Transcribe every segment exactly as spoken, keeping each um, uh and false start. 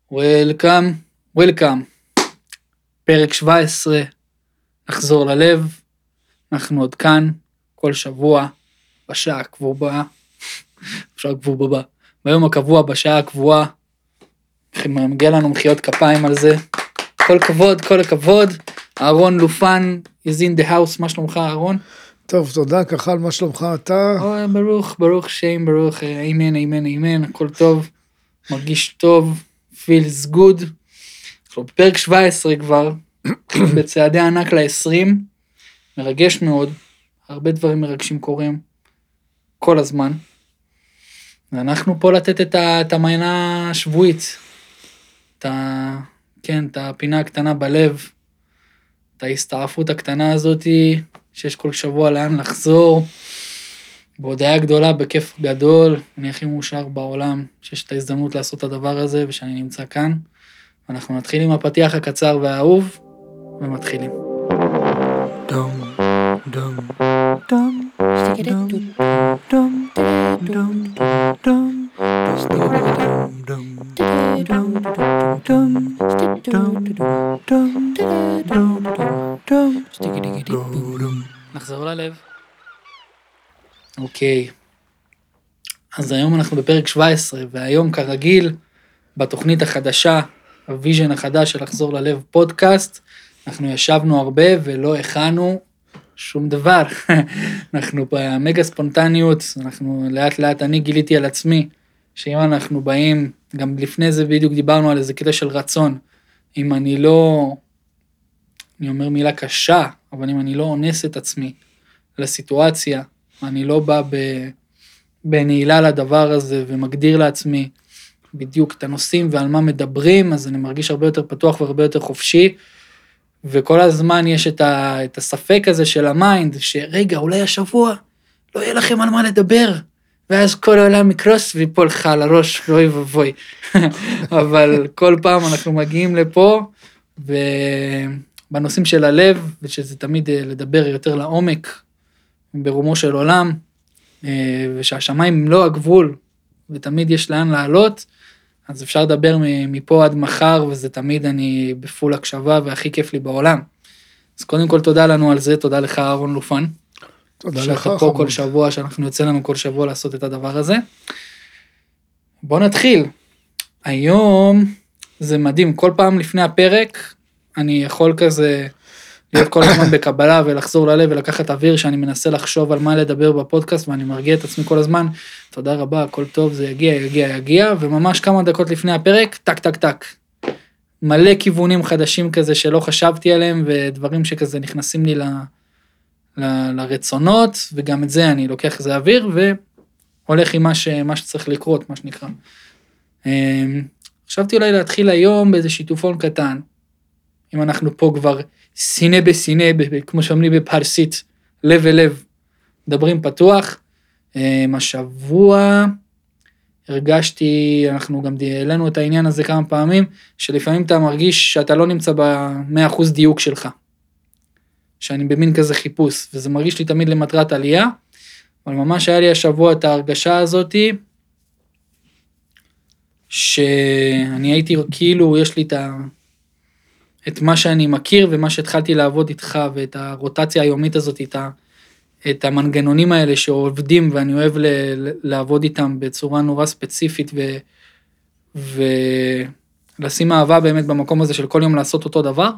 Welcome, welcome. פרק שבע עשרה, נחזור ללב. אנחנו עוד כאן, כל שבוע, בשעה הקבועה, בשעה הקבועה, ביום הקבוע, בשעה הקבועה. מגיע לנו מחיאות כפיים על זה. כל כבוד, כל הכבוד. אהרון לופן, is in the house, מה שלומך אהרון? טוב, תודה, כחל, מה שלומך אתה? אוי, ברוך, ברוך שם, ברוך, אמן, אמן, אמן, הכל טוב, מרגיש טוב, feels good. אנחנו בפרק שבע עשרה כבר, בצעדי ענק ל-עשרים, מרגש מאוד, הרבה דברים מרגשים קורים, כל הזמן, ואנחנו פה לתת את, ה, את המיינה השבועית, את ה, כן, את הפינה הקטנה בלב, את ההסתעפות הקטנה הזאת, שיש כל שבוע לאן לחזור, בהודעה גדולה, בכיף גדול, אני הכי מאושר בעולם, שיש את ההזדמנות לעשות את הדבר הזה, ושאני נמצא כאן, ואנחנו נתחיל עם הפתיח הקצר והאהוב, ומתחילים. דום, דום, דום, דום, דום, דום, דום, נחזור ללב. אוקיי. אז היום אנחנו בפרק שבע עשרה, והיום כרגיל, בתוכנית החדשה, הוויז'ן החדש של לחזור ללב פודקאסט, אנחנו ישבנו הרבה ולא הכנו שום דבר. אנחנו במגה ספונטניות, אנחנו לאט לאט, אני גיליתי על עצמי, שאם אנחנו באים, גם לפני זה בדיוק דיברנו על איזה קטע של רצון, אם אני לא, אני אומר מילה קשה, אבל אם אני לא אונס את עצמי לסיטואציה, אני לא בא בנעילה לדבר הזה ומגדיר לעצמי בדיוק את הנושאים ועל מה מדברים, אז אני מרגיש הרבה יותר פתוח והרבה יותר חופשי, וכל הזמן יש את, ה, את הספק הזה של המיינד, שרגע, אולי השבוע לא יהיה לכם על מה לדבר, ואז כל העולם יקרוס ויפול לך על הראש, ואוי ובוי. אבל כל פעם אנחנו מגיעים לפה, ובנושאים של הלב, ושזה תמיד לדבר יותר לעומק, ברומו של עולם, ושהשמיים הם לא הגבול, ותמיד יש לאן לעלות, אז אפשר לדבר מפה עד מחר, וזה תמיד אני בפול הקשבה, והכי כיף לי בעולם. אז קודם כל תודה לנו על זה, תודה לך אהרון לופן. תודה לך. שאתה פה כל שבוע, שאנחנו יוצא לנו כל שבוע לעשות את הדבר הזה. בוא נתחיל. היום זה מדהים, כל פעם לפני הפרק, אני יכול כזה להיות כל הזמן בקבלה ולחזור ללב ולקחת אוויר שאני מנסה לחשוב על מה לדבר בפודקאסט, ואני מרגיע את עצמי כל הזמן, תודה רבה, הכל טוב, זה יגיע, יגיע, יגיע, וממש כמה דקות לפני הפרק, טק, טק, טק. מלא כיוונים חדשים כזה שלא חשבתי עליהם, ודברים שכזה נכנסים לי ל, ל, לרצונות, וגם את זה אני לוקח איזה אוויר, והולך עם מה, ש, מה שצריך לקרות, מה שנקרא. חשבתי אולי להתחיל היום באיזה שיתופון קטן, אם אנחנו פה כבר סיני בסיני, כמו שאומרים בפרסית, לב ולב, מדברים פתוח. השבוע הרגשתי, אנחנו גם העלינו את העניין הזה כמה פעמים, שלפעמים אתה מרגיש שאתה לא נמצא ב-מאה אחוז דיוק שלך, שאני במין כזה חיפוש, וזה מרגיש לי תמיד למטרת עלייה, אבל ממש היה לי השבוע את ההרגשה הזאת, שאני הייתי כאילו, יש לי את ה... את מה שאני מכיר ומה שהתחלתי לעבוד איתך, ואת הרוטציה היומית הזאת, את, ה, את המנגנונים האלה שעובדים, ואני אוהב ל, לעבוד איתם בצורה נורא ספציפית, ו, ולשים אהבה באמת במקום הזה של כל יום לעשות אותו דבר,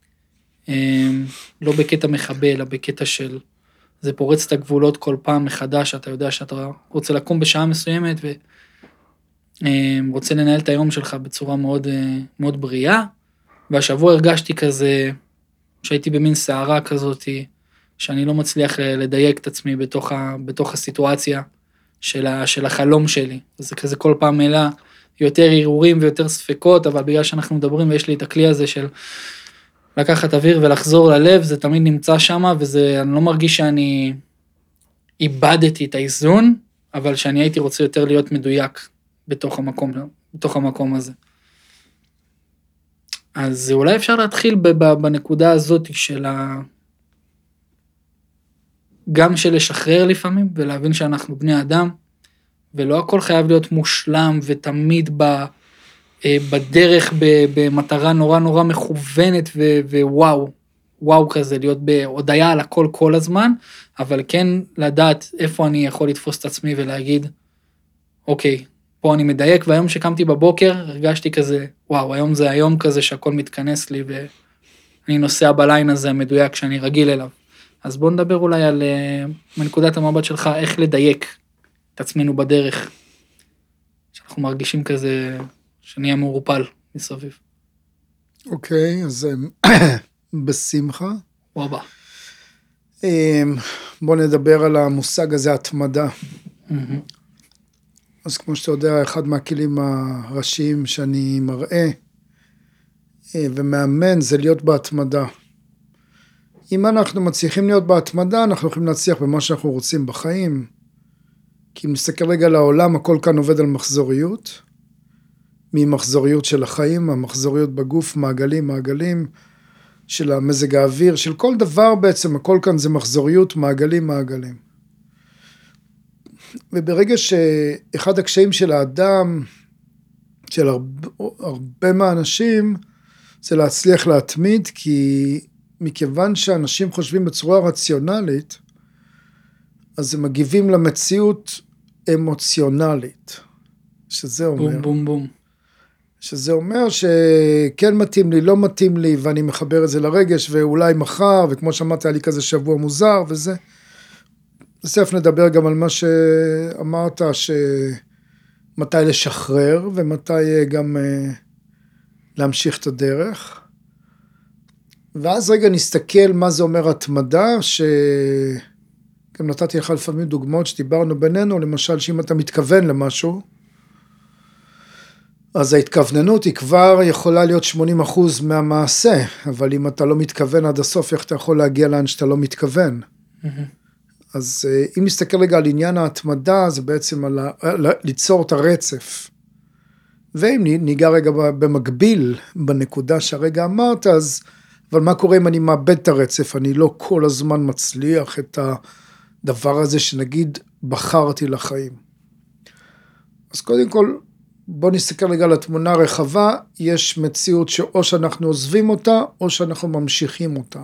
לא בקטע מחבל, אלא בקטע של, זה פורץ את הגבולות כל פעם מחדש, אתה יודע שאתה רוצה לקום בשעה מסוימת, ורוצה לנהל את היום שלך בצורה מאוד, מאוד בריאה, והשבוע הרגשתי כזה, שהייתי במין שערה כזאת, שאני לא מצליח לדייק את עצמי בתוך, ה, בתוך הסיטואציה של, ה, של החלום שלי. זה כזה כל פעם אלה יותר ערעורים ויותר ספקות, אבל בגלל שאנחנו מדברים ויש לי את הכלי הזה של לקחת אוויר ולחזור ללב, זה תמיד נמצא שם, וזה, אני לא מרגיש שאני איבדתי את האיזון, אבל שאני הייתי רוצה יותר להיות מדויק בתוך המקום, בתוך המקום הזה. אז אולי אפשר להתחיל בנקודה הזאת של ה... גם של לשחרר לפעמים, ולהבין שאנחנו בני אדם, ולא הכל חייב להיות מושלם, ותמיד ב... בדרך במטרה נורא נורא מכוונת ווואו, וואו כזה, להיות בהודעה על הכל כל הזמן, אבל כן לדעת איפה אני יכול לתפוס את עצמי ולהגיד, אוקיי, פה אני מדייק, והיום שקמתי בבוקר, הרגשתי כזה, וואו, היום זה היום כזה שהכל מתכנס לי, ואני נוסע בליין הזה המדויק שאני רגיל אליו. אז בוא נדבר אולי על, מנקודת המבט שלך, איך לדייק את עצמנו בדרך, שאנחנו מרגישים כזה, שנהיה מעורפל מסביב. אוקיי, אז בשמחה. וואבה. בוא נדבר על המושג הזה, התמדה. אז כמו שאתה יודע, אחד מהכלים הראשיים שאני מראה ומאמן זה להיות בהתמדה. אם אנחנו מצליחים להיות בהתמדה, אנחנו יכולים להצליח במה שאנחנו רוצים בחיים. כי אם נסתכל רגע לעולם, הכל כאן עובד על מחזוריות. ממחזוריות של החיים, המחזוריות בגוף, מעגלים, מעגלים, של המזג האוויר, של כל דבר בעצם, הכל כאן זה מחזוריות, מעגלים, מעגלים. וברגע שאחד הקשיים של האדם, של הרבה, הרבה מהאנשים, זה להצליח להתמיד, כי מכיוון שאנשים חושבים בצורה רציונלית, אז הם מגיבים למציאות אמוציונלית, שזה אומר. בום בום בום. שזה אומר שכן מתאים לי, לא מתאים לי, ואני מחבר את זה לרגש, ואולי מחר, וכמו שאמרתי, היה לי כזה שבוע מוזר, וזה. בסוף נדבר גם על מה שאמרת, שמתי לשחרר, ומתי גם להמשיך את הדרך. ואז רגע נסתכל מה זה אומר התמדה, שגם נתתי לך לפעמים דוגמאות שדיברנו בינינו, למשל שאם אתה מתכוון למשהו, אז ההתכווננות היא כבר יכולה להיות שמונים אחוז מהמעשה, אבל אם אתה לא מתכוון עד הסוף, איך אתה יכול להגיע לאן שאתה לא מתכוון? Mm-hmm. אז אם נסתכל רגע על עניין ההתמדה, זה בעצם על ה... ליצור את הרצף. ואם ניגע רגע במקביל, בנקודה שהרגע אמרת, אז, אבל מה קורה אם אני מאבד את הרצף? אני לא כל הזמן מצליח את הדבר הזה שנגיד בחרתי לחיים. אז קודם כל, בוא נסתכל רגע על התמונה הרחבה, יש מציאות שאו שאנחנו עוזבים אותה, או שאנחנו ממשיכים אותה.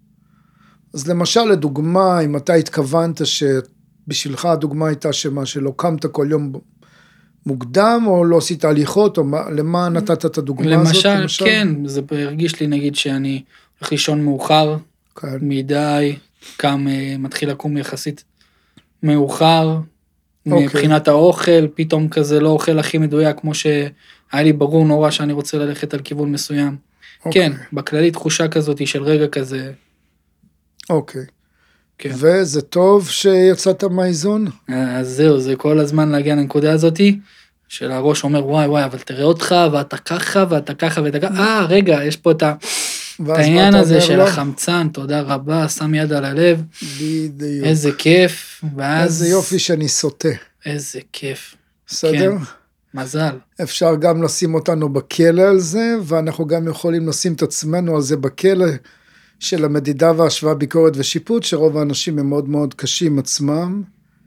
אז למשל, לדוגמה, אם אתה התכוונת שבשבילך הדוגמה הייתה שמה, שלא קמת כל יום מוקדם, או לא עשית הליכות, או מה, למה נתת את הדוגמה למשל, הזאת? למשל, כן, זה הרגיש לי נגיד שאני הולך לישון מאוחר, כן. מדי, קם, מתחיל לקום יחסית מאוחר, Okay. מבחינת האוכל, פתאום כזה לא אוכל הכי מדויק, כמו שהיה לי ברור נורא שאני רוצה ללכת על כיוון מסוים. Okay. כן, בכללי תחושה כזאת של רגע כזה. אוקיי. Okay. כן. וזה טוב שיצאת מהאיזון? אז זהו, זה כל הזמן להגיע לנקודה הזאת, של הראש אומר, וואי וואי, אבל תראה אותך, ואתה ככה, ואתה ככה, ואתה ככה, אה, רגע, יש פה את ה... את העניין הזה של לו? החמצן, תודה רבה, שם יד על הלב, בדיוק. איזה כיף, ואז... איזה יופי שאני סוטה. איזה כיף. בסדר? כן, מזל. אפשר גם לשים אותנו בכלא על זה, ואנחנו גם יכולים לשים את עצמנו על זה בכלא, של המדידה והשוואה, ביקורת ושיפוט, שרוב האנשים הם מאוד מאוד קשים עצמם,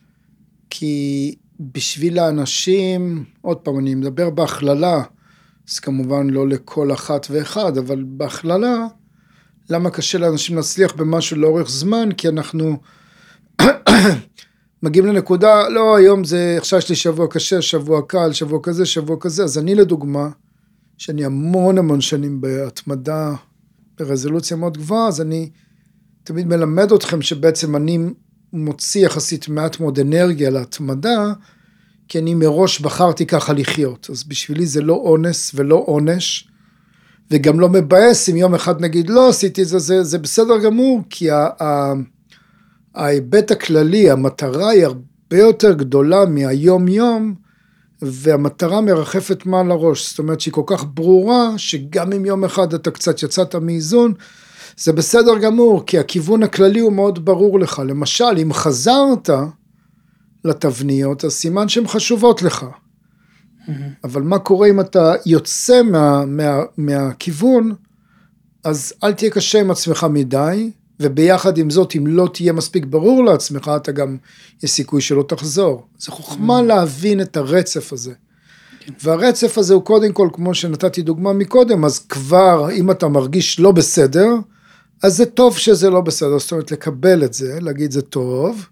כי בשביל האנשים, עוד פעם אני מדבר בהכללה, אז כמובן לא לכל אחת ואחד, אבל בהכללה, למה קשה לאנשים להצליח במשהו לאורך זמן? כי אנחנו מגיעים לנקודה, לא, היום זה, עכשיו יש לי שבוע קשה, שבוע קל, שבוע כזה, שבוע כזה, אז אני לדוגמה, שאני המון המון שנים בהתמדה, ברזולוציה מאוד גבוהה, אז אני תמיד מלמד אתכם שבעצם אני מוציא יחסית מעט מאוד אנרגיה להתמדה, כי אני מראש בחרתי ככה לחיות, אז בשבילי זה לא אונס ולא עונש, וגם לא מבאס אם יום אחד נגיד לא עשיתי זה, זה, זה בסדר גמור, כי ההיבט הכללי, המטרה היא הרבה יותר גדולה מהיום יום, והמטרה מרחפת מעל הראש, זאת אומרת שהיא כל כך ברורה, שגם אם יום אחד אתה קצת יצאת מאיזון, זה בסדר גמור, כי הכיוון הכללי הוא מאוד ברור לך, למשל אם חזרת, לתבניות, אז סימן שהן חשובות לך. Mm-hmm. אבל מה קורה אם אתה יוצא מה, מה, מהכיוון, אז אל תהיה קשה עם עצמך מדי, וביחד עם זאת, אם לא תהיה מספיק ברור לעצמך, אתה גם יש סיכוי שלא תחזור. זה חוכמה mm-hmm. להבין את הרצף הזה. Okay. והרצף הזה הוא קודם כל, כמו שנתתי דוגמה מקודם, אז כבר, אם אתה מרגיש לא בסדר, אז זה טוב שזה לא בסדר, זאת אומרת, לקבל את זה, להגיד זה טוב,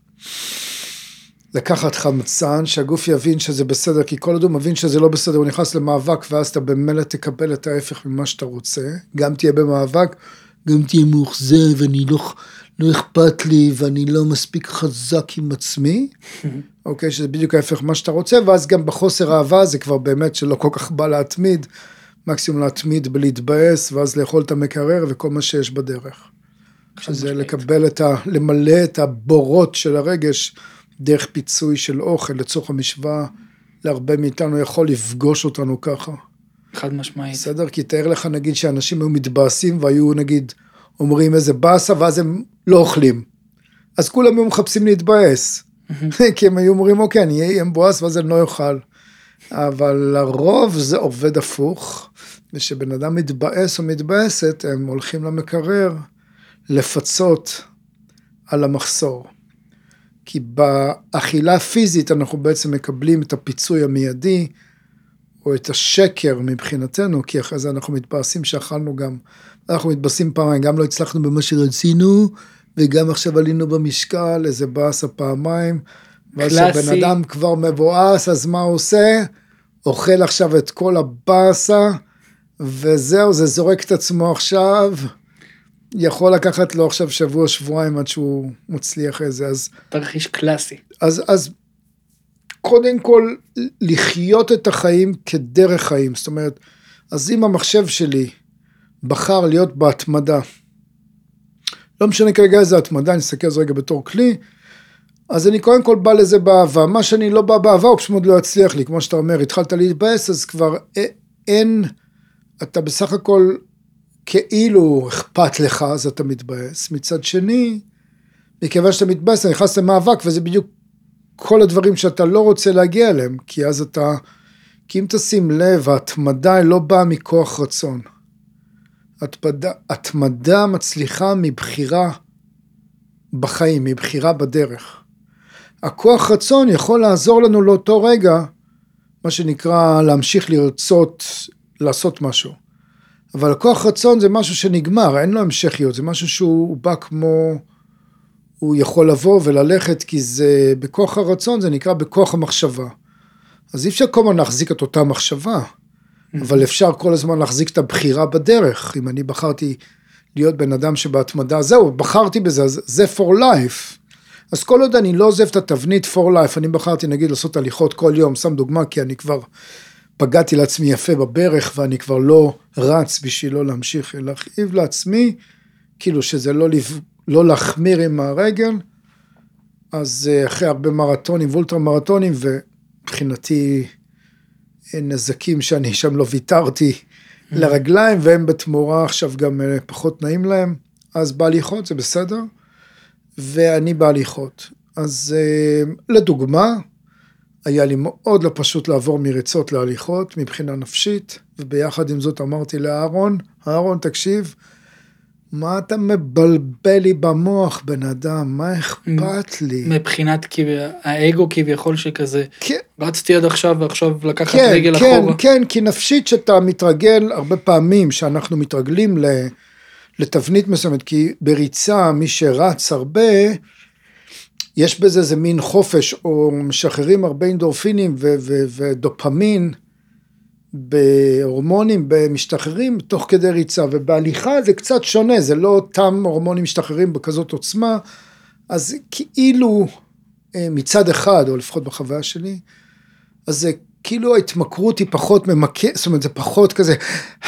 לקחת חמצן, שהגוף יבין שזה בסדר, כי כל עוד הוא מבין שזה לא בסדר, הוא נכנס למאבק, ואז אתה במילא תקבל את ההפך ממה שאתה רוצה, גם תהיה במאבק, גם תהיה מאוחזב, ואני לא, לא אכפת לי, ואני לא מספיק חזק עם עצמי, אוקיי, שזה בדיוק ההפך מה שאתה רוצה, ואז גם בחוסר אהבה, זה כבר באמת שלא כל כך בא להתמיד, מקסימום להתמיד בלהתבאס, ואז לאכול את המקרר, וכל מה שיש בדרך. שזה לקבל את ה, למלא את הבורות של הרגש, דרך פיצוי של אוכל, לצורך המשוואה, להרבה מאיתנו יכול לפגוש אותנו ככה. חד משמעית. בסדר? כי תאר לך נגיד שאנשים היו מתבאסים, והיו נגיד אומרים איזה באסה, ואז הם לא אוכלים. אז כולם היו מחפשים להתבאס. כי הם היו אומרים, אוקיי, אני אהיה מבואס, ואז אני לא אוכל. אבל לרוב זה עובד הפוך, ושבן אדם מתבאס או מתבאסת, הם הולכים למקרר, לפצות על המחסור. כי באכילה פיזית אנחנו בעצם מקבלים את הפיצוי המיידי, או את השקר מבחינתנו, כי אחרי זה אנחנו מתבאסים שאכלנו גם, אנחנו מתבאסים פעמיים, גם לא הצלחנו במה שרצינו, וגם עכשיו עלינו במשקל, איזה באסה פעמיים, ואז שהבן אדם כבר מבואס, אז מה הוא עושה? אוכל עכשיו את כל הבאסה, וזהו, זה זורק את עצמו עכשיו, יכול לקחת לו עכשיו שבוע, שבועיים, עד שהוא מצליח איזה, אז... תרחיש קלאסי. אז, אז, קודם כל, לחיות את החיים כדרך חיים, זאת אומרת, אז אם המחשב שלי בחר להיות בהתמדה, לא משנה כרגע איזה התמדה, אני אסתכל על זה רגע בתור כלי, אז אני קודם כל בא לזה באהבה, מה שאני לא בא באהבה, הוא פשוט לא יצליח לי, כמו שאתה אומר, התחלת להתבאס, אז כבר אין, אתה בסך הכל, כאילו אכפת לך, אז אתה מתבאס. מצד שני, מכיוון שאתה מתבאס, אתה נכנס למאבק, וזה בדיוק כל הדברים שאתה לא רוצה להגיע אליהם, כי אז אתה, כי אם תשים לב, ההתמדה לא באה מכוח רצון. התמדה, התמדה מצליחה מבחירה בחיים, מבחירה בדרך. הכוח רצון יכול לעזור לנו לאותו רגע, מה שנקרא להמשיך לרצות, לעשות משהו. אבל הכוח רצון זה משהו שנגמר, אין לו המשכיות, זה משהו שהוא בא כמו, הוא יכול לבוא וללכת, כי זה, בכוח הרצון זה נקרא בכוח המחשבה. אז אי אפשר כל הזמן להחזיק את אותה מחשבה, אבל אפשר כל הזמן להחזיק את הבחירה בדרך. אם אני בחרתי להיות בן אדם שבהתמדה, זהו, בחרתי בזה, זה for life. אז כל עוד אני לא עוזב את התבנית for life, אני בחרתי נגיד לעשות הליכות כל יום, שם דוגמה, כי אני כבר פגעתי לעצמי יפה בברך, ואני כבר לא רץ בשביל לא להמשיך להכאיב לעצמי, כאילו שזה לא, לא להחמיר עם הרגל, אז אחרי הרבה מרתונים ואולטרה מרתונים, ובחינתי נזקים שאני שם לא ויתרתי mm-hmm. לרגליים, והם בתמורה עכשיו גם פחות נעים להם, אז בהליכות זה בסדר, ואני בהליכות. אז לדוגמה, היה לי מאוד לא פשוט לעבור מרצות להליכות, מבחינה נפשית, וביחד עם זאת אמרתי לאהרון, אהרון תקשיב, מה אתה מבלבל לי במוח בן אדם, מה אכפת לי? מבחינת האגו כביכול שכזה, כן. רצתי עד עכשיו ועכשיו לקחת כן, רגל כן, אחורה. כן, כי נפשית שאתה מתרגל הרבה פעמים, שאנחנו מתרגלים לתבנית מסוימת, כי בריצה מי שרץ הרבה, יש בזה איזה מין חופש, או משחררים הרבה אנדורפינים ו- ו- ודופמין, בהורמונים, במשתחררים, תוך כדי ריצה, ובהליכה זה קצת שונה, זה לא אותם הורמונים משתחררים בכזאת עוצמה, אז כאילו מצד אחד, או לפחות בחוויה שלי, אז זה כאילו ההתמכרות היא פחות ממכה, זאת אומרת זה פחות כזה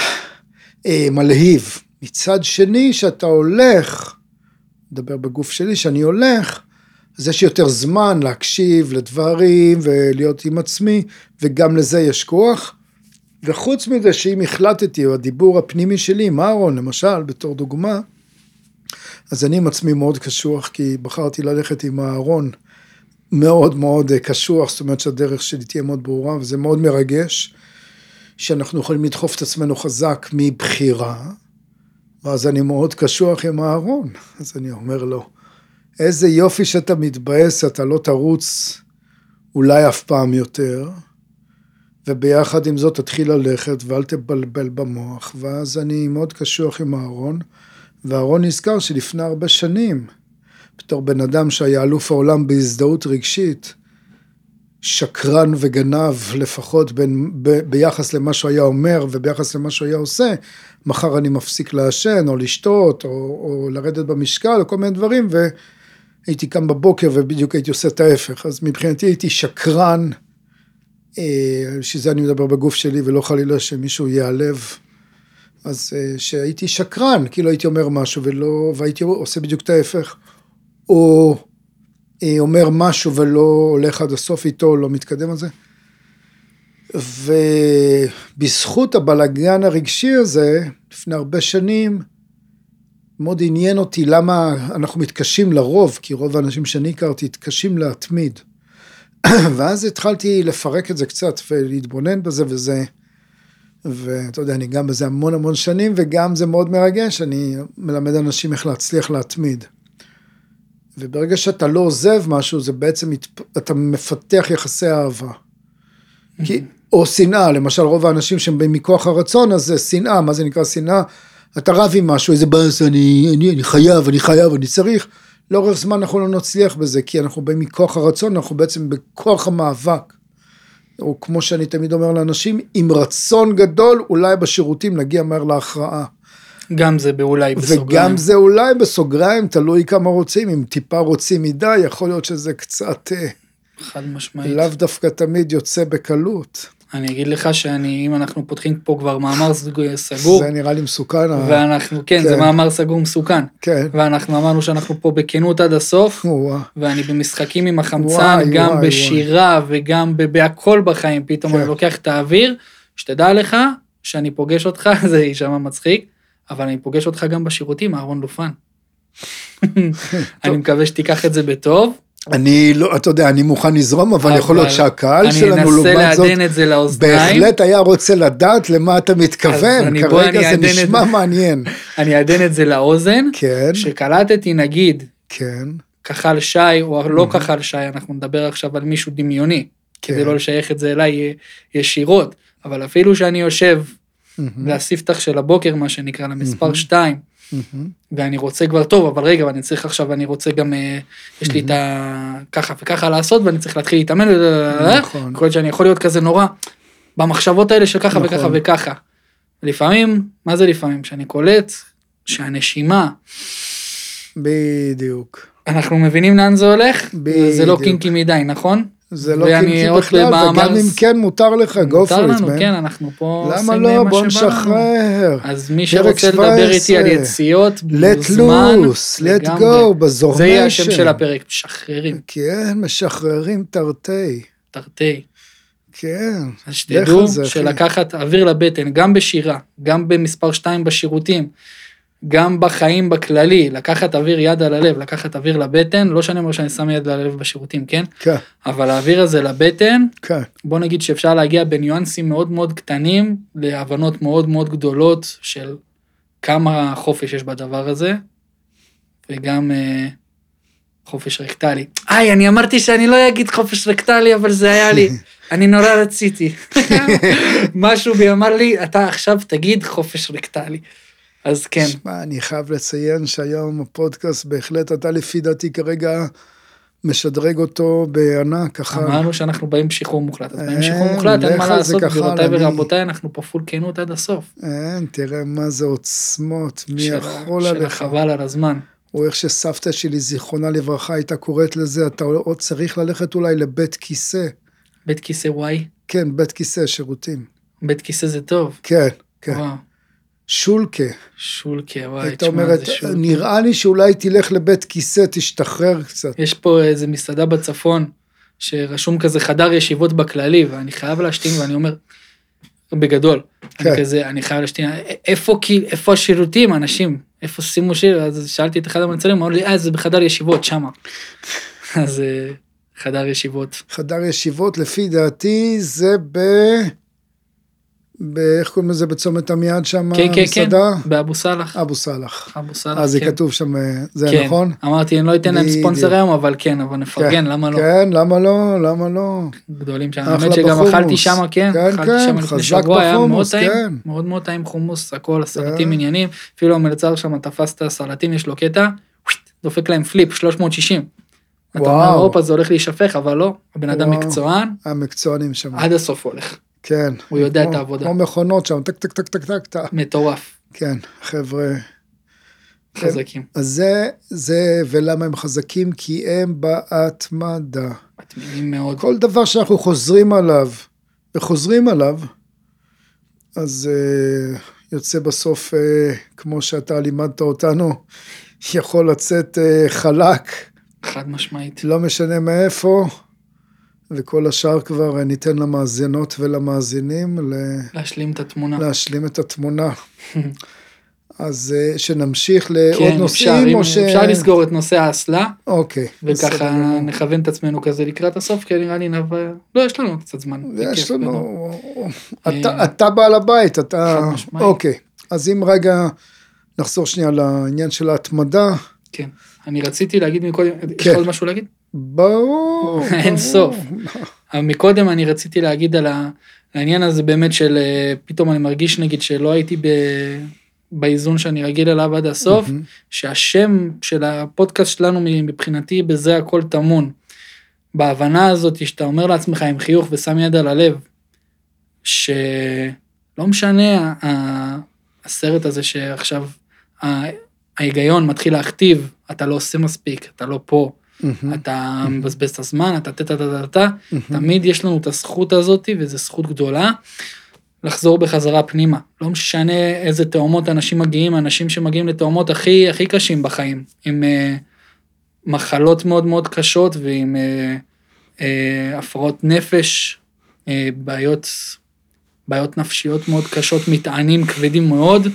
מלהיב. מצד שני, שאתה הולך, מדבר בגוף שלי, שאני הולך, אז יש יותר זמן להקשיב לדברים, ולהיות עם עצמי, וגם לזה יש כוח, וחוץ מזה שאם החלטתי, או הדיבור הפנימי שלי עם אהרון, למשל, בתור דוגמה, אז אני עם עצמי מאוד קשוח, כי בחרתי ללכת עם אהרון, מאוד מאוד קשוח, זאת אומרת שהדרך שלי תהיה מאוד ברורה, וזה מאוד מרגש, שאנחנו יכולים לדחוף את עצמנו חזק מבחירה, ואז אני מאוד קשוח עם אהרון, אז אני אומר לו, איזה יופי שאתה מתבאס, אתה לא תרוץ אולי אף פעם יותר, וביחד עם זאת תתחיל ללכת, ואל תבלבל במוח, ואז אני מאוד קשוח עם אהרון, ואהרון נזכר שלפני הרבה שנים, בתור בן אדם שהיה אלוף העולם בהזדהות רגשית, שקרן וגנב לפחות בין, ב, ביחס למה שהוא היה אומר וביחס למה שהוא היה עושה, מחר אני מפסיק לעשן או לשתות או, או לרדת במשקל או כל מיני דברים, והייתי קם בבוקר ובדיוק הייתי עושה את ההפך, אז מבחינתי הייתי שקרן, שזה אני מדבר בגוף שלי ולא חלילה שמישהו ייעלב, אז שהייתי שקרן, כאילו הייתי אומר משהו ולא, והייתי עושה בדיוק את ההפך, או אומר משהו ולא הולך עד הסוף איתו, לא מתקדם על זה. ובזכות הבלגן הרגשי הזה, לפני הרבה שנים, מאוד עניין אותי למה אנחנו מתקשים לרוב, כי רוב האנשים שאני הכרתי התקשים להתמיד. ואז התחלתי לפרק את זה קצת ולהתבונן בזה וזה, ואתה יודע, אני גם בזה המון המון שנים, וגם זה מאוד מרגש, אני מלמד אנשים איך להצליח להתמיד. וברגע שאתה לא עוזב משהו, זה בעצם, אתה מפתח יחסי אהבה. כי, או שנאה, למשל רוב האנשים שהם מכוח הרצון, אז זה שנאה, מה זה נקרא שנאה? אתה רב עם משהו, איזה בעס, אני, אני, אני חייב, אני חייב, אני צריך. לאורך זמן אנחנו לא נצליח בזה, כי אנחנו באים מכוח הרצון, אנחנו בעצם בכוח המאבק. או כמו שאני תמיד אומר לאנשים, עם רצון גדול, אולי בשירותים נגיע מהר להכרעה. גם זה באולי בסוגריים. וגם זה אולי בסוגריים, תלוי כמה רוצים, אם טיפה רוצים מדי, יכול להיות שזה קצת, חד משמעית. לאו דווקא תמיד יוצא בקלות. אני אגיד לך שאני, אם אנחנו פותחים פה כבר מאמר סגור, זה נראה לי מסוכן. ואנחנו, כן, כן. זה מאמר סגור מסוכן. כן. ואנחנו אמרנו שאנחנו פה בכנות עד הסוף, ווא. ואני במשחקים עם החמצן, וואי, גם וואי, בשירה, וואי. וגם בהכל בחיים, פתאום כן. אני לוקח את האוויר, שתדע לך, שאני פוגש אותך, זה יישמע מצחיק, אבל אני פוגש אותך גם בשירותים, אהרון לופן. אני מקווה שתיקח את זה בטוב. אני לא, אתה יודע, אני מוכן לזרום, אבל יכול להיות שהקהל שלנו, אני אנסה לעדן את זה לאוזניים. בהחלט היה רוצה לדעת למה אתה מתכוון, כרגע זה נשמע מעניין. אני אעדן את זה לאוזן, כן. שקלטתי נגיד, כן. כחל שי, או לא כחל שי, אנחנו נדבר עכשיו על מישהו דמיוני, כדי לא לשייך את זה אליי ישירות, אבל אפילו שאני יושב, לספתח של הבוקר, מה שנקרא, למספר שתיים, ואני רוצה כבר טוב, אבל רגע, ואני צריך עכשיו, אני רוצה גם, יש לי את ה... ככה וככה לעשות, ואני צריך להתחיל להתאמן, יכול להיות שאני יכול להיות כזה נורא, במחשבות האלה של ככה וככה וככה. לפעמים, מה זה לפעמים? שאני קולט, שהנשימה, בדיוק. אנחנו מבינים לאן זה הולך, זה לא קינקי מדי, נכון? זה לא קינקי בכלל, וגם אם כן מותר לך, go for it. מותר לנו, כן, אנחנו פה למה לא? בוא נשחרר. אז מי שרוצה לדבר איתי על יציאות, let loose, let go, בזורמי. זה יהיה השם של הפרק, משחררים. כן, משחררים תרתי. תרתי. כן. אז שתדעו שלקחת אוויר לבטן, גם בשירה, גם במספר שתיים בשירותים, גם בחיים בכללי, לקחת אוויר יד על הלב, לקחת אוויר לבטן, לא שאני אומר שאני שם יד על הלב בשירותים, כן? כן. אבל האוויר הזה לבטן, כן. בוא נגיד שאפשר להגיע בניואנסים מאוד מאוד קטנים, להבנות מאוד מאוד גדולות, של כמה חופש יש בדבר הזה, וגם אה, חופש רקטלי. איי, אני אמרתי שאני לא אגיד חופש רקטלי, אבל זה היה לי, אני נורא רציתי. משהו בי אמר לי, אתה עכשיו תגיד חופש רקטלי. אז כן. שמה, אני חייב לציין שהיום הפודקאסט בהחלט, אתה לפי דעתי כרגע משדרג אותו בענק. אמרנו שאנחנו באים בשחרור מוחלט, אז באים בשחרור מוחלט, אין מה לעשות, גבירותיי ורבותיי, אנחנו פה פול כנות עד הסוף. אין, תראה מה זה עוצמות, מי יכול עליך. של החבל על הזמן. או איך שסבתא שלי, זיכרונה לברכה, הייתה קוראת לזה, אתה עוד צריך ללכת אולי לבית כיסא. בית כיסא וואי? כן, בית כיסא, שירותים. בית כיסא זה טוב. כן, כן. שולקה. שולקה, וואי, תשמע, אומרת, זה שולקה. נראה לי שאולי תלך לבית כיסא, תשתחרר קצת. יש פה איזה מסעדה בצפון, שרשום כזה חדר ישיבות בכללי, ואני חייב להשתין, ואני אומר, בגדול, כן. אני כזה, אני חייב להשתין, איפה, איפה השירותים, אנשים? איפה שימו שיר? אז שאלתי את אחד המצלים, אמרו לי, אה, זה בחדר ישיבות, שמה. אז חדר ישיבות. חדר ישיבות, לפי דעתי, זה ב... איך קוראים לזה בצומת עמיעד שם? כן, כן, כן, מסעדה? באבו סלח. אבו סלח. אבו סלח, אז זה כן. כתוב שם, זה כן. נכון? אמרתי, אני לא אתן להם בדיוק. ספונסר היום, אבל כן, אבל נפרגן, למה לא? כן, למה לא? למה לא? גדולים שם. אחלה האמת שגם בחומוס. אכלתי שם, כן, כן, אכלתי כן, שם לפני חזק שבוע, היה מאוד בחומוס, טעים, כן. מאוד מאוד טעים חומוס, הכל, הסלטים כן. עניינים, אפילו המלצר שם תפס את הסלטים, יש לו קטע, דופק להם פליפ, שלוש מאות שישים. אתה אומר, וואו. אופה, זה הולך להישפך, אבל לא, הבן אדם וואו. מקצוען, המקצוענים שם. עד הסוף הולך, כן. הוא יודע כמו- את העבודה. כמו מכונות שם, טק, טק, טק, טק, טק, טק. מטורף, כן, חבר'ה. חזקים. אז זה, זה, ולמה הם חזקים? כי הם בהתמדה. מתמידים מאוד. כל דבר שאנחנו חוזרים עליו, וחוזרים עליו, אז uh, יוצא בסוף, uh, כמו שאתה לימדת אותנו, יכול לצאת uh, חלק, חד משמעית. לא משנה מאיפה, וכל השאר כבר ניתן למאזינות ולמאזינים ל- להשלים את התמונה. להשלים את התמונה. אז uh, שנמשיך לעוד כן, אפשר, נושאים, אם- או ש... אפשר לסגור את נושא האסלה, אוקיי. בסדר וככה גמור. נכוון את עצמנו כזה לקראת הסוף, כי נראה לי נבוא, לא, יש לנו קצת זמן. יש בכיף גדול. לנו, אתה, אתה בעל הבית, אתה, חד משמעית. אוקיי, אז אם רגע נחזור שנייה לעניין של ההתמדה, כן, אני רציתי להגיד מקודם, יש כן. לך עוד משהו להגיד? ברור, אין ברור. סוף. אבל מקודם אני רציתי להגיד על ה- העניין הזה באמת של, אה, פתאום אני מרגיש נגיד שלא הייתי ב... באיזון שאני רגיל אליו עד הסוף, מהמם. שהשם של הפודקאסט שלנו מבחינתי בזה הכל טמון. בהבנה הזאת שאתה אומר לעצמך עם חיוך ושם יד על הלב, שלא משנה ה- הסרט הזה שעכשיו ה- ההיגיון מתחיל להכתיב, אתה לא עושה מספיק, אתה לא פה, מהמם. אתה מבזבז את הזמן, אתה תתה תתה תתה, תמיד יש לנו את הזכות הזאת, וזו זכות גדולה, לחזור בחזרה פנימה. לא משנה איזה תאומות אנשים מגיעים, אנשים שמגיעים לתאומות הכי, הכי קשים בחיים, עם uh, מחלות מאוד מאוד קשות, ועם uh, uh, הפרעות נפש, uh, בעיות, בעיות נפשיות מאוד קשות, מטענים כבדים מאוד.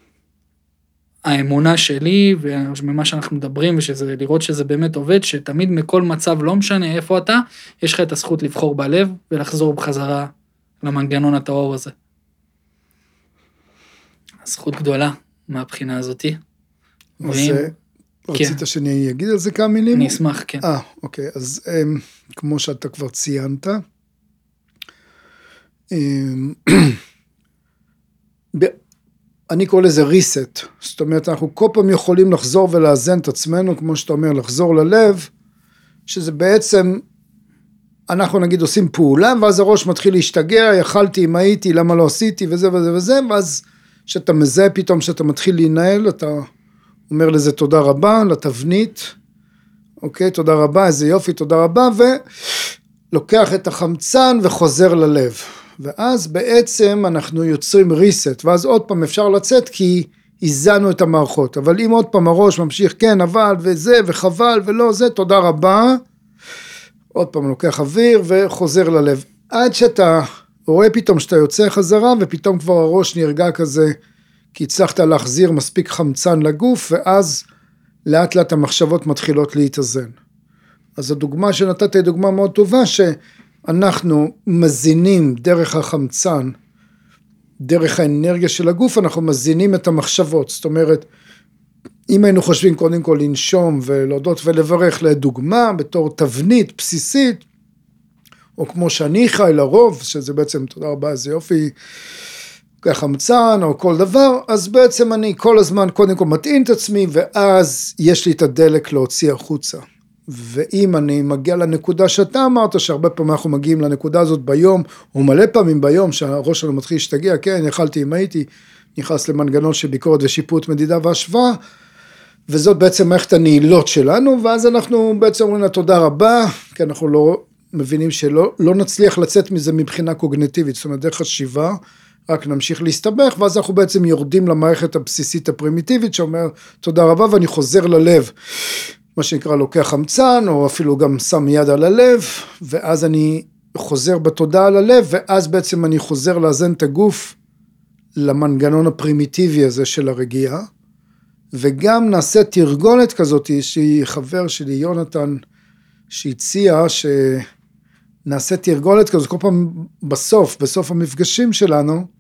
האמונה שלי, וממה שאנחנו מדברים, ושזה לראות שזה באמת עובד, שתמיד מכל מצב, לא משנה איפה אתה, יש לך את הזכות לבחור בלב, ולחזור בחזרה למנגנון הטהור הזה. זכות גדולה מהבחינה הזאת. אז ואם- אה, רצית שאני אגיד על זה כמה מילים? אני אשמח, כן. אה, אוקיי, אז אמ, כמו שאתה כבר ציינת, אמ, ב- אני קורא לזה reset, זאת אומרת, אנחנו כל פעם יכולים לחזור ולאזן את עצמנו, כמו שאתה אומר, לחזור ללב, שזה בעצם, אנחנו נגיד עושים פעולה, ואז הראש מתחיל להשתגע, יכלתי אם הייתי, למה לא עשיתי, וזה וזה וזה, ואז שאתה מזהה פתאום, שאתה מתחיל להינהל, אתה אומר לזה תודה רבה, לתבנית, אוקיי, תודה רבה, איזה יופי, תודה רבה, ולוקח את החמצן וחוזר ללב. ואז בעצם אנחנו יוצרים reset, ואז עוד פעם אפשר לצאת, כי איזנו את המערכות. אבל אם עוד פעם הראש ממשיך, כן, אבל, וזה, וחבל, ולא זה, תודה רבה. עוד פעם לוקח אוויר וחוזר ללב. עד שאתה רואה פתאום שאתה יוצא חזרה, ופתאום כבר הראש נרגע כזה, כי הצלחת להחזיר מספיק חמצן לגוף, ואז לאט לאט המחשבות מתחילות להתאזן. אז הדוגמה שנתת היא דוגמה מאוד טובה, שאנחנו מזינים דרך החמצן, דרך האנרגיה של הגוף, אנחנו מזינים את המחשבות. זאת אומרת, אם היינו חושבים קודם כל לנשום ולהודות ולברך לדוגמה, בתור תבנית בסיסית, או כמו שאני חי לרוב, שזה בעצם, תודה רבה, איזה יופי, חמצן או כל דבר, אז בעצם אני כל הזמן קודם כל מטעין את עצמי, ואז יש לי את הדלק להוציא החוצה. ואם אני מגיע לנקודה שאתה אמרת, שהרבה פעמים אנחנו מגיעים לנקודה הזאת ביום, או מלא פעמים ביום, שהראש שלנו מתחיל להשתגע, כן, יכלתי אם הייתי, נכנס למנגנון של ביקורת ושיפוט מדידה והשוואה, וזאת בעצם מערכת הנעילות שלנו, ואז אנחנו בעצם אומרים לה תודה רבה, כי אנחנו לא מבינים שלא לא נצליח לצאת מזה מבחינה קוגניטיבית, זאת אומרת דרך חשיבה, רק נמשיך להסתבך, ואז אנחנו בעצם יורדים למערכת הבסיסית הפרימיטיבית, שאומר תודה רבה, ואני חוזר ללב, מה שנקרא לוקח חמצן, או אפילו גם שם יד על הלב, ואז אני חוזר בתודה על הלב, ואז בעצם אני חוזר לאזן את הגוף, למנגנון הפרימיטיבי הזה של הרגיעה, וגם נעשה תרגולת כזאת, שהיא חבר שלי, יונתן, שהציע שנעשה תרגולת כזאת, כל פעם בסוף, בסוף המפגשים שלנו,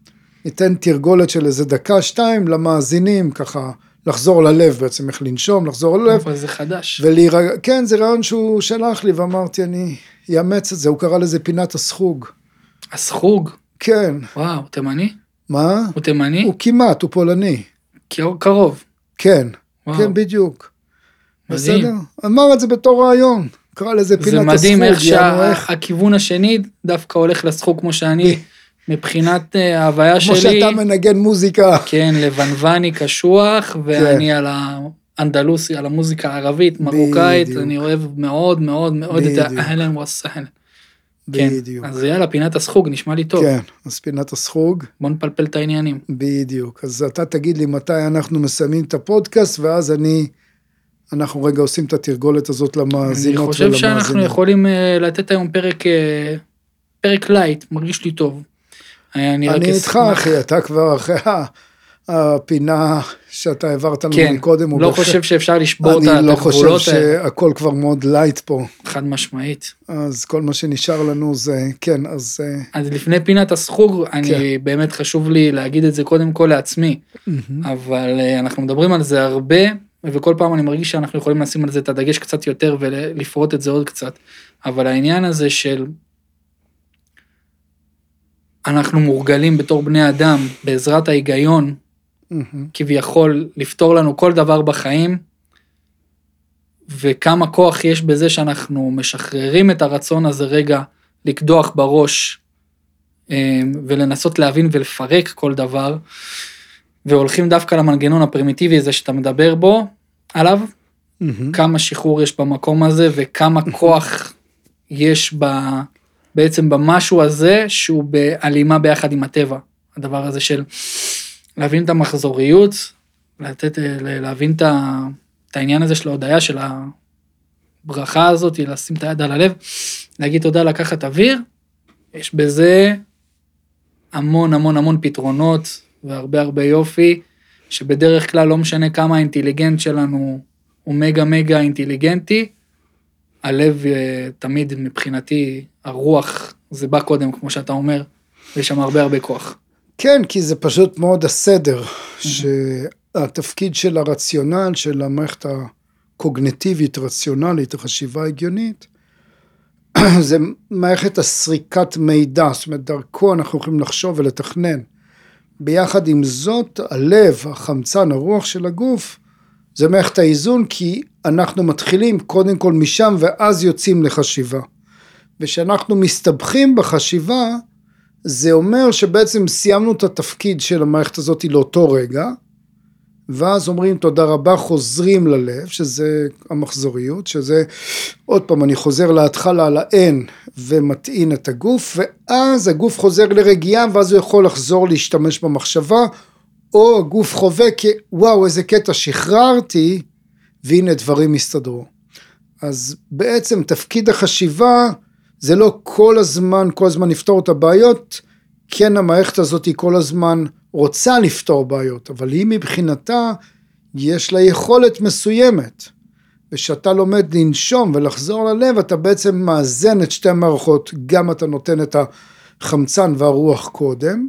ניתן תרגולת של איזה דקה, שתיים, למאזינים, ככה, לחזור ללב בעצם, איך לנשום, לחזור ללב. אבל זה חדש. ולהירג... כן, זה רעיון שהוא שלח לי, ואמרתי, אני יאמץ את זה, הוא קרא לזה פינת הסחוג. הסחוג? כן. וואו, הוא תימני? מה? הוא תימני? הוא כמעט, הוא פולני. קרוב. כן, וואו. כן, בדיוק. מדהים. בסדר? אמר את זה בתור רעיון. קרא לזה פינת הסחוג. זה מדהים איך שהכיוון השני דווקא הולך לסחוג כמו שאני, מבחינת ההוויה שלי. כמו שאתה מנגן מוזיקה. כן, לבנווני קשוח, ואני על האנדלוסי, על המוזיקה הערבית, מרוקאית, אני אוהב מאוד מאוד מאוד את האהלן והסהלן. בדיוק. אז יאללה, פינת הסחוג, נשמע לי טוב. כן, אז פינת הסחוג. בוא נפלפל את העניינים. בדיוק. אז אתה תגיד לי מתי אנחנו מסיימים את הפודקאסט, ואז אני, אנחנו רגע עושים את התרגולת הזאת למאזינות ולמאזינים. אני חושב שאנחנו יכולים לתת היום פרק, פרק לייט, מרגיש לי טוב. אני איתך אחי, אתה כבר אחרי הפינה שאתה העברת לנו מקודם. לא חושב שאפשר לשבור את הגבולות. אני לא חושב שהכל כבר מאוד לייט פה. חד משמעית. אז כל מה שנשאר לנו זה, כן, אז... אז לפני פינת הסחוג, אני באמת חשוב לי להגיד את זה קודם כל לעצמי, אבל אנחנו מדברים על זה הרבה, וכל פעם אני מרגיש שאנחנו יכולים לשים על זה את הדגש קצת יותר, ולפרוט את זה עוד קצת. אבל העניין הזה של... אנחנו מורגלים בתור בני אדם, בעזרת ההיגיון, כביכול לפתור לנו כל דבר בחיים, וכמה כוח יש בזה שאנחנו משחררים את הרצון הזה רגע, לקדוח בראש, ולנסות להבין ולפרק כל דבר, והולכים דווקא למנגנון הפרימיטיבי הזה שאתה מדבר בו, עליו, כמה שחרור יש במקום הזה, וכמה כוח יש ב... בעצם במשהו הזה, שהוא בהלימה ביחד עם הטבע. הדבר הזה של להבין את המחזוריות, לתת, להבין את, ה, את העניין הזה של ההודעה, של הברכה הזאת, לשים את היד על הלב, להגיד תודה, לקחת אוויר, יש בזה המון המון המון פתרונות, והרבה הרבה יופי, שבדרך כלל לא משנה כמה האינטליגנט שלנו, הוא מגה מגה אינטליגנטי, הלב תמיד מבחינתי, הרוח זה בא קודם, כמו שאתה אומר, ויש שם הרבה הרבה כוח. כן, כי זה פשוט מאוד הסדר, שהתפקיד של הרציונל, של המערכת הקוגניטיבית, רציונלית, החשיבה הגיונית, זה מערכת הסריקת מידע, זאת אומרת, דרכו אנחנו יכולים לחשוב ולתכנן. ביחד עם זאת, הלב, החמצן, הרוח של הגוף, זה מערכת האיזון, כי אנחנו מתחילים קודם כל משם, ואז יוצאים לחשיבה. ושאנחנו מסתבכים בחשיבה, זה אומר שבעצם סיימנו את התפקיד של המערכת הזאת לאותו רגע, ואז אומרים תודה רבה, חוזרים ללב, שזה המחזוריות, שזה, עוד פעם אני חוזר להתחלה על ה-N, ומטעין את הגוף, ואז הגוף חוזר לרגיעה, ואז הוא יכול לחזור להשתמש במחשבה, או הגוף חווה כי וואו איזה קטע שחררתי, והנה דברים מסתדרו. אז בעצם תפקיד החשיבה, זה לא כל הזמן, כל הזמן לפתור את הבעיות, כן המערכת הזאת היא כל הזמן רוצה לפתור בעיות, אבל היא מבחינתה, יש לה יכולת מסוימת, ושאתה לומד לנשום ולחזור ללב, אתה בעצם מאזן את שתי המערכות, גם אתה נותן את החמצן והרוח קודם,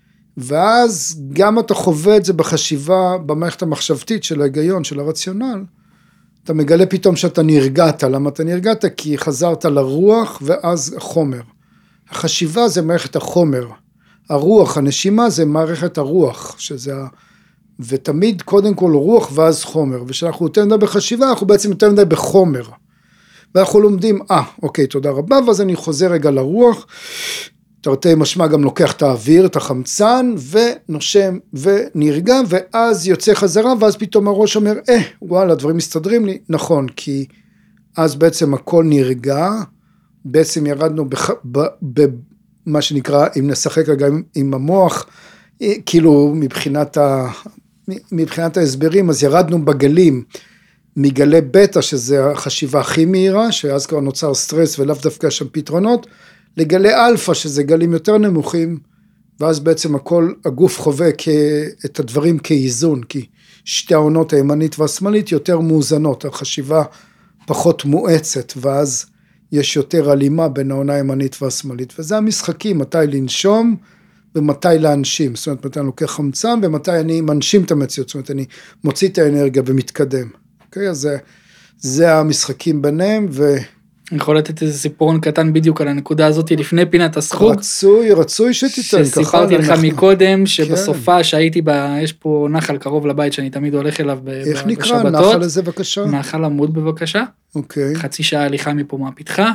ואז גם אתה חווה את זה בחשיבה, במערכת המחשבתית של ההיגיון, של הרציונל, אתה מגלה פתאום שאתה נרגעת, למה אתה נרגעת? כי חזרת לרוח ואז החומר. החשיבה זה מערכת החומר, הרוח, הנשימה זה מערכת הרוח, שזה ה... ותמיד קודם כל רוח ואז חומר, ושאנחנו יותר מדי בחשיבה, אנחנו בעצם יותר מדי בחומר, ואנחנו לומדים, אה, אוקיי, תודה רבה, ואז אני חוזר רגע לרוח, תרתי משמע גם לוקח את האוויר, את החמצן, ונושם ונרגע, ואז יוצא חזרה, ואז פתאום הראש אומר, אה, וואלה, הדברים מסתדרים לי, נכון, כי אז בעצם הכל נרגע, בעצם ירדנו במה שנקרא, אם נשחק רגע עם המוח, כאילו מבחינת, ה, מבחינת ההסברים, אז ירדנו בגלים, מגלי בטא, שזה החשיבה הכי מהירה, שאז כבר נוצר סטרס ולאו דווקא שם פתרונות, לגלי אלפא, שזה גלים יותר נמוכים, ואז בעצם הכל, הגוף חווה את הדברים כאיזון, כי שתי העונות הימנית והשמאלית יותר מאוזנות, החשיבה פחות מואצת, ואז יש יותר הלימה בין העונה הימנית והשמאלית, וזה המשחקים, מתי לנשום, ומתי להנשים, זאת אומרת, מתי אני לוקח חמצן, ומתי אני מנשים את המציאות, זאת אומרת, אני מוציא את האנרגיה ומתקדם. אוקיי, אז זה, זה המשחקים ביניהם, ו... אני יכול לתת איזה סיפורון קטן בדיוק על הנקודה הזאת, לפני פינת הסחוג. רצוי, רצוי שתיתן. שסיפרתי לך מקודם, שבסופה שהייתי בה, יש פה נחל קרוב לבית, שאני תמיד הולך אליו בשבתות. איך נקרא? נחל הזה בבקשה? נחל עמוד בבקשה. אוקיי. חצי שעה הליכה מפה מהפתחה.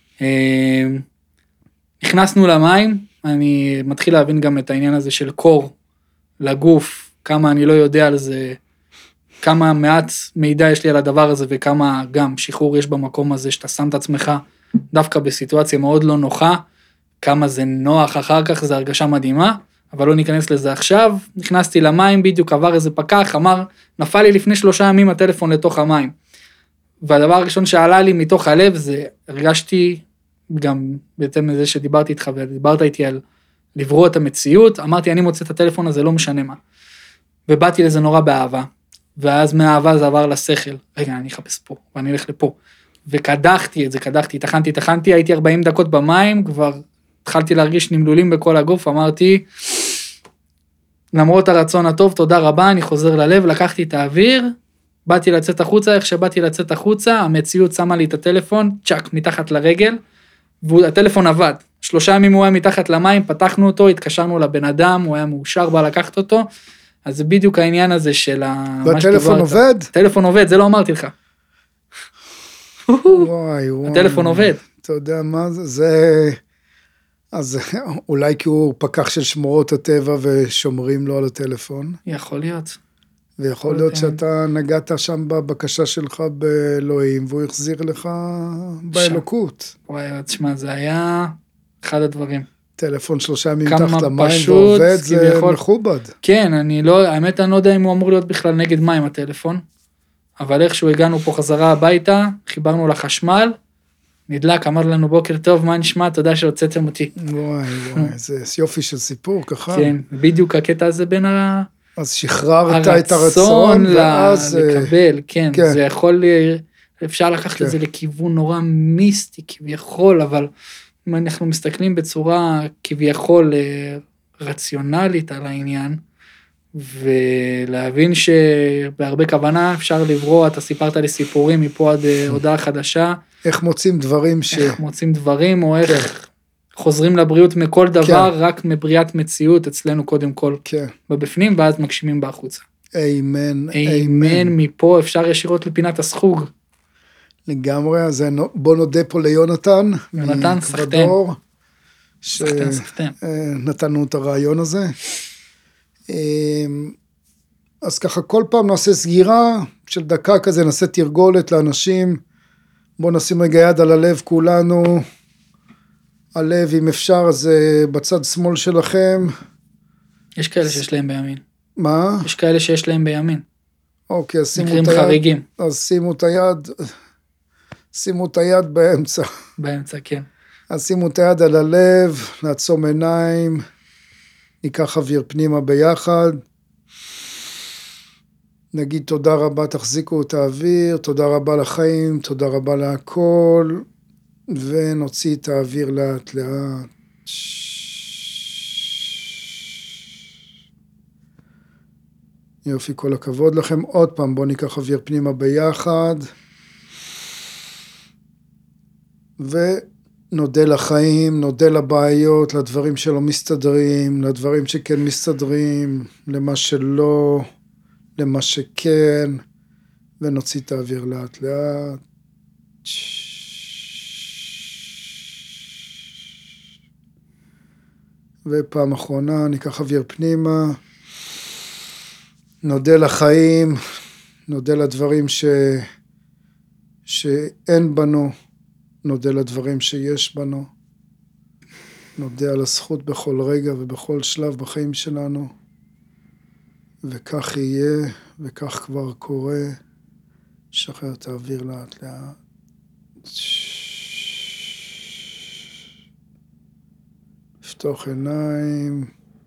נכנסנו למים, אני מתחיל להבין גם את העניין הזה של קור לגוף, כמה אני לא יודע על זה, כמה מעט מידע יש לי על הדבר הזה, וכמה גם שחרור יש במקום הזה, שאתה שם את עצמך דווקא בסיטואציה מאוד לא נוחה, כמה זה נוח אחר כך, זה הרגשה מדהימה, אבל לא ניכנס לזה עכשיו. נכנסתי למים, בדיוק עבר איזה פקח, אמר, נפל לי לפני שלושה ימים הטלפון לתוך המים. והדבר הראשון שעלה לי מתוך הלב, זה הרגשתי, גם בהתאם לזה שדיברתי איתך, ודיברת איתי על לברוא את המציאות, אמרתי, אני מוצא את הטלפון הזה, לא משנה מה. ובאתי לזה נורא באהבה. ואז מהאהבה זה עבר לשכל, רגע, אני אחפש פה, ואני אלך לפה, וקדחתי את זה, קדחתי, תחנתי, תחנתי, הייתי ארבעים דקות במים, כבר התחלתי להרגיש נמלולים בכל הגוף, אמרתי, למרות הרצון הטוב, תודה רבה, אני חוזר ללב, לקחתי את האוויר, באתי לצאת החוצה, איך שבאתי לצאת החוצה, המציאות שמה לי את הטלפון, צ'ק, מתחת לרגל, והטלפון עבד, שלושה ימים הוא היה מתחת למים, פתחנו אותו, התקשרנו לבן אדם, הוא היה מאושר בה לקחת אותו, אז זה בדיוק העניין הזה של ה... והטלפון עובד? הטלפון עובד, זה לא אמרתי לך. וואי, וואי. הטלפון עובד. אתה יודע מה זה? זה... אז אולי כי הוא פקח של שמורות הטבע ושומרים לו על הטלפון. יכול להיות. ויכול להיות שאתה נגעת שם בבקשה שלך באלוהים, והוא החזיר לך באלוקות. וואי, תשמע, זה היה אחד הדברים. טלפון שלושה ימים מתחת למים ועובד, זה מכובד. כן, אני לא, האמת אני לא יודע אם הוא אמור להיות בכלל נגד מים הטלפון, אבל איכשהו הגענו פה חזרה הביתה, חיברנו לחשמל, נדלק, אמר לנו בוקר טוב, מה נשמע, תודה שהוצאתם אותי. וואי וואי, זה יופי של סיפור, ככה. כן, בדיוק הקטע הזה בין ה... אז שחררת את הרצון, ואז... לקבל, כן, זה יכול, אפשר לקחת את זה לכיוון נורא מיסטי כביכול, אבל... אם אנחנו מסתכלים בצורה כביכול רציונלית על העניין, ולהבין שבהרבה כוונה אפשר לברוא, אתה סיפרת לי סיפורים מפה עד הודעה חדשה. איך מוצאים דברים ש... איך מוצאים דברים, או איך חוזרים לבריאות מכל דבר, רק מבריאת מציאות אצלנו קודם כל בבפנים, ואז מגשימים בחוצה. אמן, אמן. מפה אפשר ישירות לפינת הסחוג. לגמרי, אז בוא נודה פה ליונתן. יונתן, סחטן. סחטן, סחטן. נתנו את הרעיון הזה. אז ככה, כל פעם נעשה סגירה של דקה כזה, נעשה תרגולת לאנשים. בוא נשים רגע יד על הלב כולנו. הלב, אם אפשר, אז בצד שמאל שלכם. יש כאלה שיש להם בימין. מה? יש כאלה שיש להם בימין. אוקיי, אז שימו את היד. מקרים חריגים. אז שימו את היד. שימו את היד באמצע. באמצע, כן. אז שימו את היד על הלב, נעצום עיניים, ניקח אוויר פנימה ביחד, נגיד תודה רבה, תחזיקו את האוויר, תודה רבה לחיים, תודה רבה להכל, ונוציא את האוויר לאט לאט. יופי, כל הכבוד לכם. עוד פעם, בואו ניקח אוויר פנימה ביחד. ונודה לחיים, נודה לבעיות, לדברים שלא מסתדרים, לדברים שכן מסתדרים, למה שלא, למה שכן, ונוציא את האוויר לאט לאט. ופעם אחרונה, ניקח אוויר פנימה, נודה לחיים, נודה לדברים ש... שאין בנו, נודה לדברים שיש בנו, נודה על הזכות בכל רגע ובכל שלב בחיים שלנו, וכך יהיה, וכך כבר קורה. שחרר את האוויר לאט לאט. לפתוח עיניים.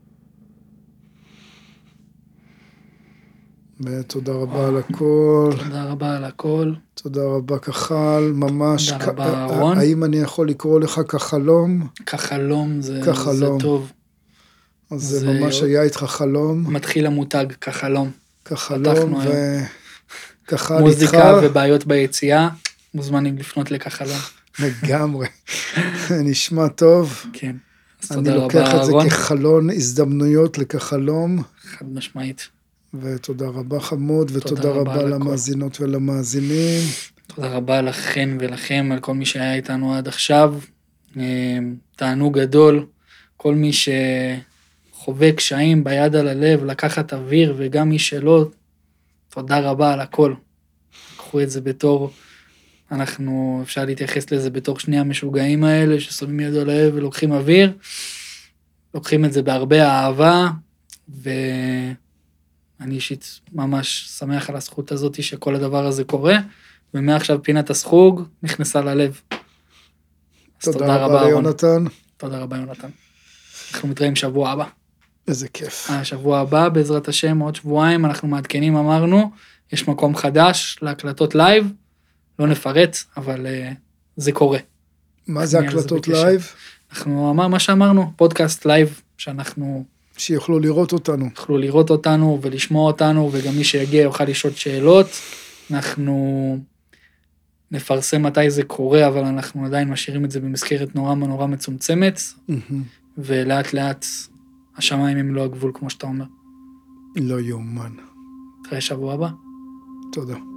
ותודה רבה על הכל. תודה רבה על הכל. תודה רבה כחל, ממש. תודה רבה אהרון. האם אני יכול לקרוא לך כחלום? כחלום זה, כחלום. זה טוב. אז זה ממש היה איתך חלום. מתחיל המותג כחלום. כחלום, וככה איתך. מוזיקה ובעיות ביציאה, מוזמנים לפנות לכחלום. לגמרי. נשמע טוב. כן. אני לוקח את זה כחלון הזדמנויות לכחלום. חד משמעית. ותודה רבה חמוד, ותודה רבה למאזינות ולמאזינים. תודה רבה לכם ולכם, על כל מי שהיה איתנו עד עכשיו. תענוג גדול, כל מי שחווה קשיים ביד על הלב, לקחת אוויר, וגם מי שלא, תודה רבה על הכל. קחו את זה בתור, אנחנו, אפשר להתייחס לזה בתור שני המשוגעים האלה, ששמים יד על הלב ולוקחים אוויר, לוקחים את זה בהרבה אהבה, ואני אישית ממש שמח על הזכות הזאת שכל הדבר הזה קורה, ומעכשיו פינת הסחוג נכנסה ללב. תודה, תודה רבה ליונתן. תודה רבה יונתן. אנחנו מתראים שבוע הבא. איזה כיף. השבוע הבא, בעזרת השם, עוד שבועיים, אנחנו מעדכנים, אמרנו, יש מקום חדש להקלטות לייב, לא נפרט, אבל uh, זה קורה. מה זה הקלטות לייב? אנחנו אמר מה שאמרנו, פודקאסט לייב, שאנחנו... שיוכלו לראות אותנו. יוכלו לראות אותנו ולשמוע אותנו, וגם מי שיגיע יוכל לשאול שאלות. אנחנו נפרסם מתי זה קורה, אבל אנחנו עדיין משאירים את זה במסגרת נורא נורא מצומצמת, mm-hmm. ולאט לאט השמיים הם לא הגבול, כמו שאתה אומר. לא יאומן. תראה שבוע הבא. תודה.